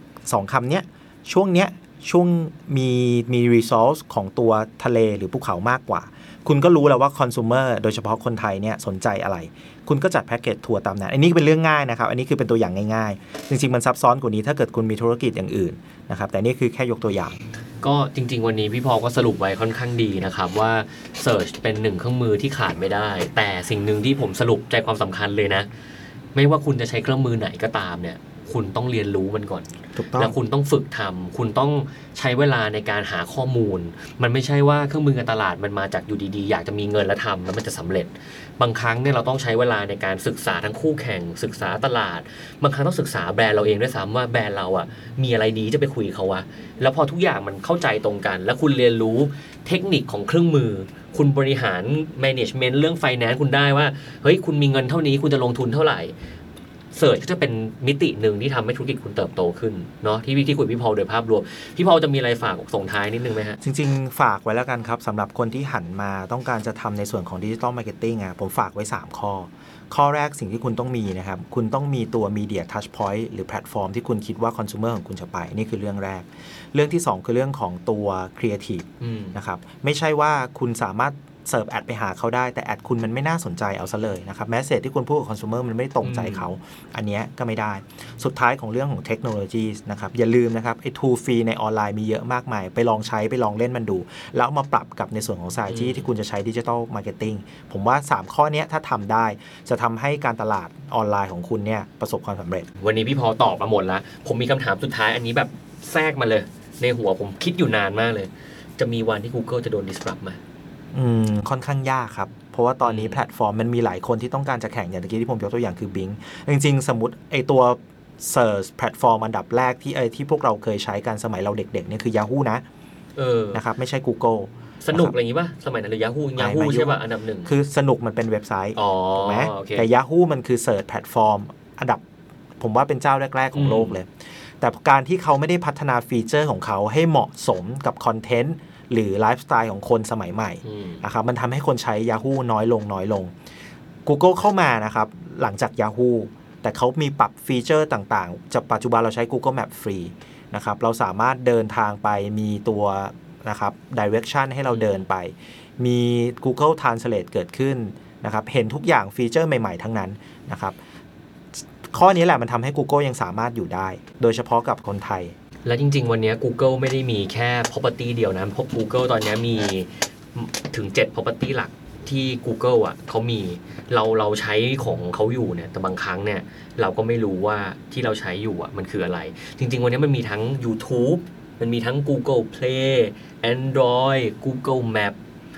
2 คำเนี้ยช่วงมี resource ของตัวทะเลหรือภูเขามากกว่าคุณก็รู้แล้วว่า consumer โดยเฉพาะคนไทยเนี่ยสนใจอะไรคุณก็จัดแพ็กเกจทัวร์ตามนั้นอันนี้เป็นเรื่องง่ายนะครับอันนี้คือเป็นตัวอย่างง่ายๆจริงๆมันซับซ้อนกว่านี้ถ้าเกิดคุณมีธุรกิจอย่างอื่นนะครับแต่นี่คือแค่ยกตัวอย่างก็จริงๆวันนี้พี่พอก็สรุปไว้ค่อนข้างดีนะครับว่า Search เป็นหนึ่งเครื่องมือที่ขาดไม่ได้แต่สิ่งหนึ่งที่ผมสรุปใจความสำคัญเลยนะไม่ว่าคุณจะใช้เครื่องมือไหนก็ตามเนี่ยคุณต้องเรียนรู้มันก่อนแล้วคุณต้องฝึกทำคุณต้องใช้เวลาในการหาข้อมูลมันไม่ใช่ว่าเครื่องมือการตลาดมันมาจากอยู่ดีๆอยากจะมีเงินแล้วทำแล้วมันจะสำเร็จบางครั้งเนี่ยเราต้องใช้เวลาในการศึกษาทั้งคู่แข่งศึกษาตลาดบางครั้งต้องศึกษาแบรนด์เราเองด้วยซ้ำว่าแบรนด์เราอ่ะมีอะไรดีจะไปคุยเขาวะแล้วพอทุกอย่างมันเข้าใจตรงกันแล้วคุณเรียนรู้เทคนิคของเครื่องมือคุณบริหาร management เรื่อง finance คุณได้ว่าเฮ้ยคุณมีเงินเท่านี้คุณจะลงทุนเท่าไหร่Search ก็จะเป็นมิติหนึ่งที่ทำให้ธุรกิจคุณเติบโตขึ้นเนาะที่คุยพี่พอลโดยภาพรวมพี่พอลจะมีอะไรฝากส่งท้ายนิดนึงไหมฮะจริงๆฝากไว้แล้วกันครับสำหรับคนที่หันมาต้องการจะทำในส่วนของ Digital Marketing ผมฝากไว้3ข้อแรกสิ่งที่คุณต้องมีนะครับคุณต้องมีตัว Media Touch Point หรือแพลตฟอร์มที่คุณคิดว่า Consumer ของคุณจะไปนี่คือเรื่องแรกเรื่องที่2คือเรื่องของตัว Creative นะครับไม่ใช่ว่าคุณสามารถเสิร์ฟแอดไปหาเขาได้แต่แอดคุณมันไม่น่าสนใจเอาซะเลยนะครับแมสเสจที่คุณพูดกับคอน sumer มันไม่ตรงใจเขาอันนี้ก็ไม่ได้สุดท้ายของเรื่องของเทคโนโลยีนะครับอย่าลืมนะครับไอ้ tool ฟรีในออนไลน์มีเยอะมากมายไปลองใช้ไปลองเล่นมันดูแล้วมาปรับกับในส่วนของ strategy ที่คุณจะใช้ digital marketing ผมว่า3ข้อนี้ถ้าทำได้จะทำให้การตลาดออนไลน์ของคุณเนี่ยประสบความสำเร็จวันนี้พี่พอตอบมาหมดแล้วผมมีคำถามสุดท้ายอันนี้แบบแทรกมาเลยในหัวผมคิดอยู่นานมากเลยจะมีวันที่ Google จะโดน disrupt ไหมค่อนข้างยากครับเพราะว่าตอนนี้แพลตฟอร์มมันมีหลายคนที่ต้องการจะแข่งอย่างเมื่อกี้ที่ผมยกตัวอย่างคือ Bing จริงๆสมมติไอตัว Search แพลตฟอร์มอันดับแรกที่พวกเราเคยใช้กันสมัยเราเด็กๆเนี่ยคือ Yahoo นะนะครับไม่ใช่ Google สนุกอะไรอย่างงี้ป่ะสมัยนั้นหรือ Yahoo ใช่ป่ะอันดับหนึ่งคือสนุกมันเป็นเว็บไซต์ถูกไหมแต่ Yahoo มันคือ Search แพลตฟอร์มอันดับผมว่าเป็นเจ้าแรกๆของโลกเลยแต่การที่เขาไม่ได้พัฒนาฟีเจอร์ของเขาให้เหมาะสมกับคอนเทนต์หรือไลฟ์สไตล์ของคนสมัยใหม่นะครับมันทำให้คนใช้ Yahoo น้อยลง Google เข้ามานะครับหลังจาก Yahoo แต่เขามีปรับฟีเจอร์ต่างๆจากปัจจุบันเราใช้ Google Map ฟรีนะครับเราสามารถเดินทางไปมีตัวนะครับ direction ให้เราเดินไปมี Google Translate เกิดขึ้นนะครับเห็นทุกอย่างฟีเจอร์ใหม่ๆทั้งนั้นนะครับข้อนี้แหละมันทำให้ Google ยังสามารถอยู่ได้โดยเฉพาะกับคนไทยและจริงๆวันนี้ Google ไม่ได้มีแค่ property เดียวนะเพราะ Google ตอนนี้มีถึง7 property หลักที่ Google เขามีเราใช้ของเขาอยู่เนี่ยแต่บางครั้งเนี่ยเราก็ไม่รู้ว่าที่เราใช้อยู่มันคืออะไรจริงๆวันนี้มันมีทั้ง YouTube มันมีทั้ง Google Play Android Google Map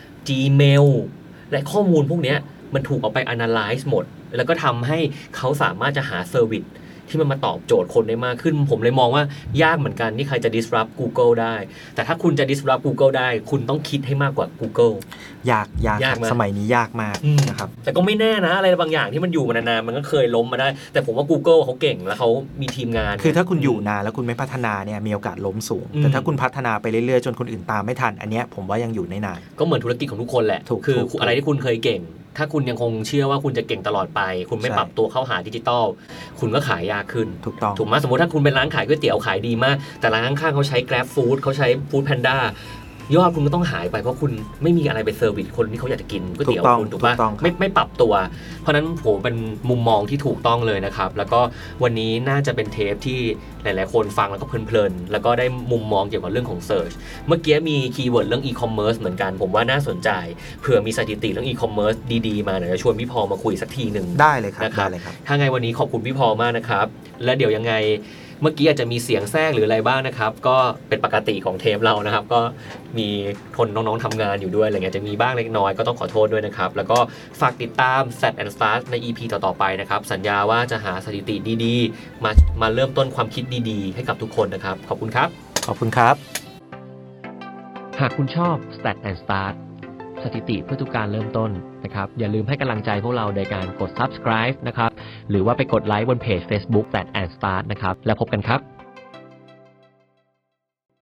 Gmail และข้อมูลพวกนี้มันถูกเอาไป analyze หมดแล้วก็ทำให้เขาสามารถจะหา serviceที่มันมาตอบโจทย์คนได้มากขึ้นผมเลยมองว่ายากเหมือนกันที่ใครจะ disrupt Google ได้แต่ถ้าคุณจะ disrupt Google ได้คุณต้องคิดให้มากกว่า Google ยากสมัยนี้ยากมากนะครับแต่ก็ไม่แน่นะอะไรบางอย่างที่มันอยู่มานานๆมันก็เคยล้มมาได้แต่ผมว่า Google เขาเก่งแล้วเขามีทีมงานคือถ้าคุณอยู่นานแล้วคุณไม่พัฒนาเนี่ยมีโอกาสล้มสูงแต่ถ้าคุณพัฒนาไปเรื่อยๆจนคนอื่นตามไม่ทันอันเนี้ยผมว่ายังอยู่ได้นานก็เหมือนธุรกิจของทุกคนแหละคืออะไรที่คุณเคยเก่งถ้าคุณยังคงเชื่อว่าคุณจะเก่งตลอดไปคุณไม่ปรับตัวเข้าหาดิจิตอลคุณก็ขายยากขึ้นถูกไหมสมมติถ้าคุณเป็นร้านขายก๋วยเตี๋ยวขายดีมากแต่ร้านข้างๆเขาใช้ Grab Food เขาใช้ Food Panda ยอดคุณก็ต้องหายไปเพราะคุณไม่มีอะไรไปเซอร์วิสคนที่เขาอยากจะกินก๋วยเตี๋ยวคุณถูกป่ะไม่ปรับตัวเพราะนั้นผมเป็นมุมมองที่ถูกต้องเลยนะครับแล้วก็วันนี้น่าจะเป็นเทปที่หลายๆคนฟังแล้วก็เพลินๆแล้วก็ได้มุมมองเกี่ยวกับเรื่องของเซิร์ชเมื่อกี้มีคีย์เวิร์ดเรื่องอีคอมเมิร์ซเหมือนกันผมว่าน่าสนใจเผื่อมีสถิติเรื่องอีคอมเมิร์ซดีๆมาเดี๋ยวจะชวนพี่พอมาคุยสักทีนึงได้เลยครับได้เลยครับถ้าไงวันนี้ขอบคุณพี่พอมากนะครับและเดี๋ยวยังไงเมื่อกี้อาจจะมีเสียงแทรกหรืออะไรบ้างนะครับก็เป็นปกติของเทปเรานะครับก็มีคนน้องๆทำงานอยู่ด้วยอะไรเงี้ยจะมีบ้างเล็กน้อยก็ต้องขอโทษด้วยนะครับแล้วก็ฝากติดตาม Stat and Start ใน EP ต่อๆไปนะครับสัญญาว่าจะหาสถิติดีๆมาเริ่มต้นความคิดดีๆให้กับทุกคนนะครับขอบคุณครับขอบคุณครับหากคุณชอบ Stat and Start สถิติเพื่อทุกการเริ่มต้นนะครับอย่าลืมให้กำลังใจพวกเราโดยการกด Subscribe นะครับหรือว่าไปกดไลค์บนเพจ Facebook Stat and Start นะครับแล้วพบกันครับ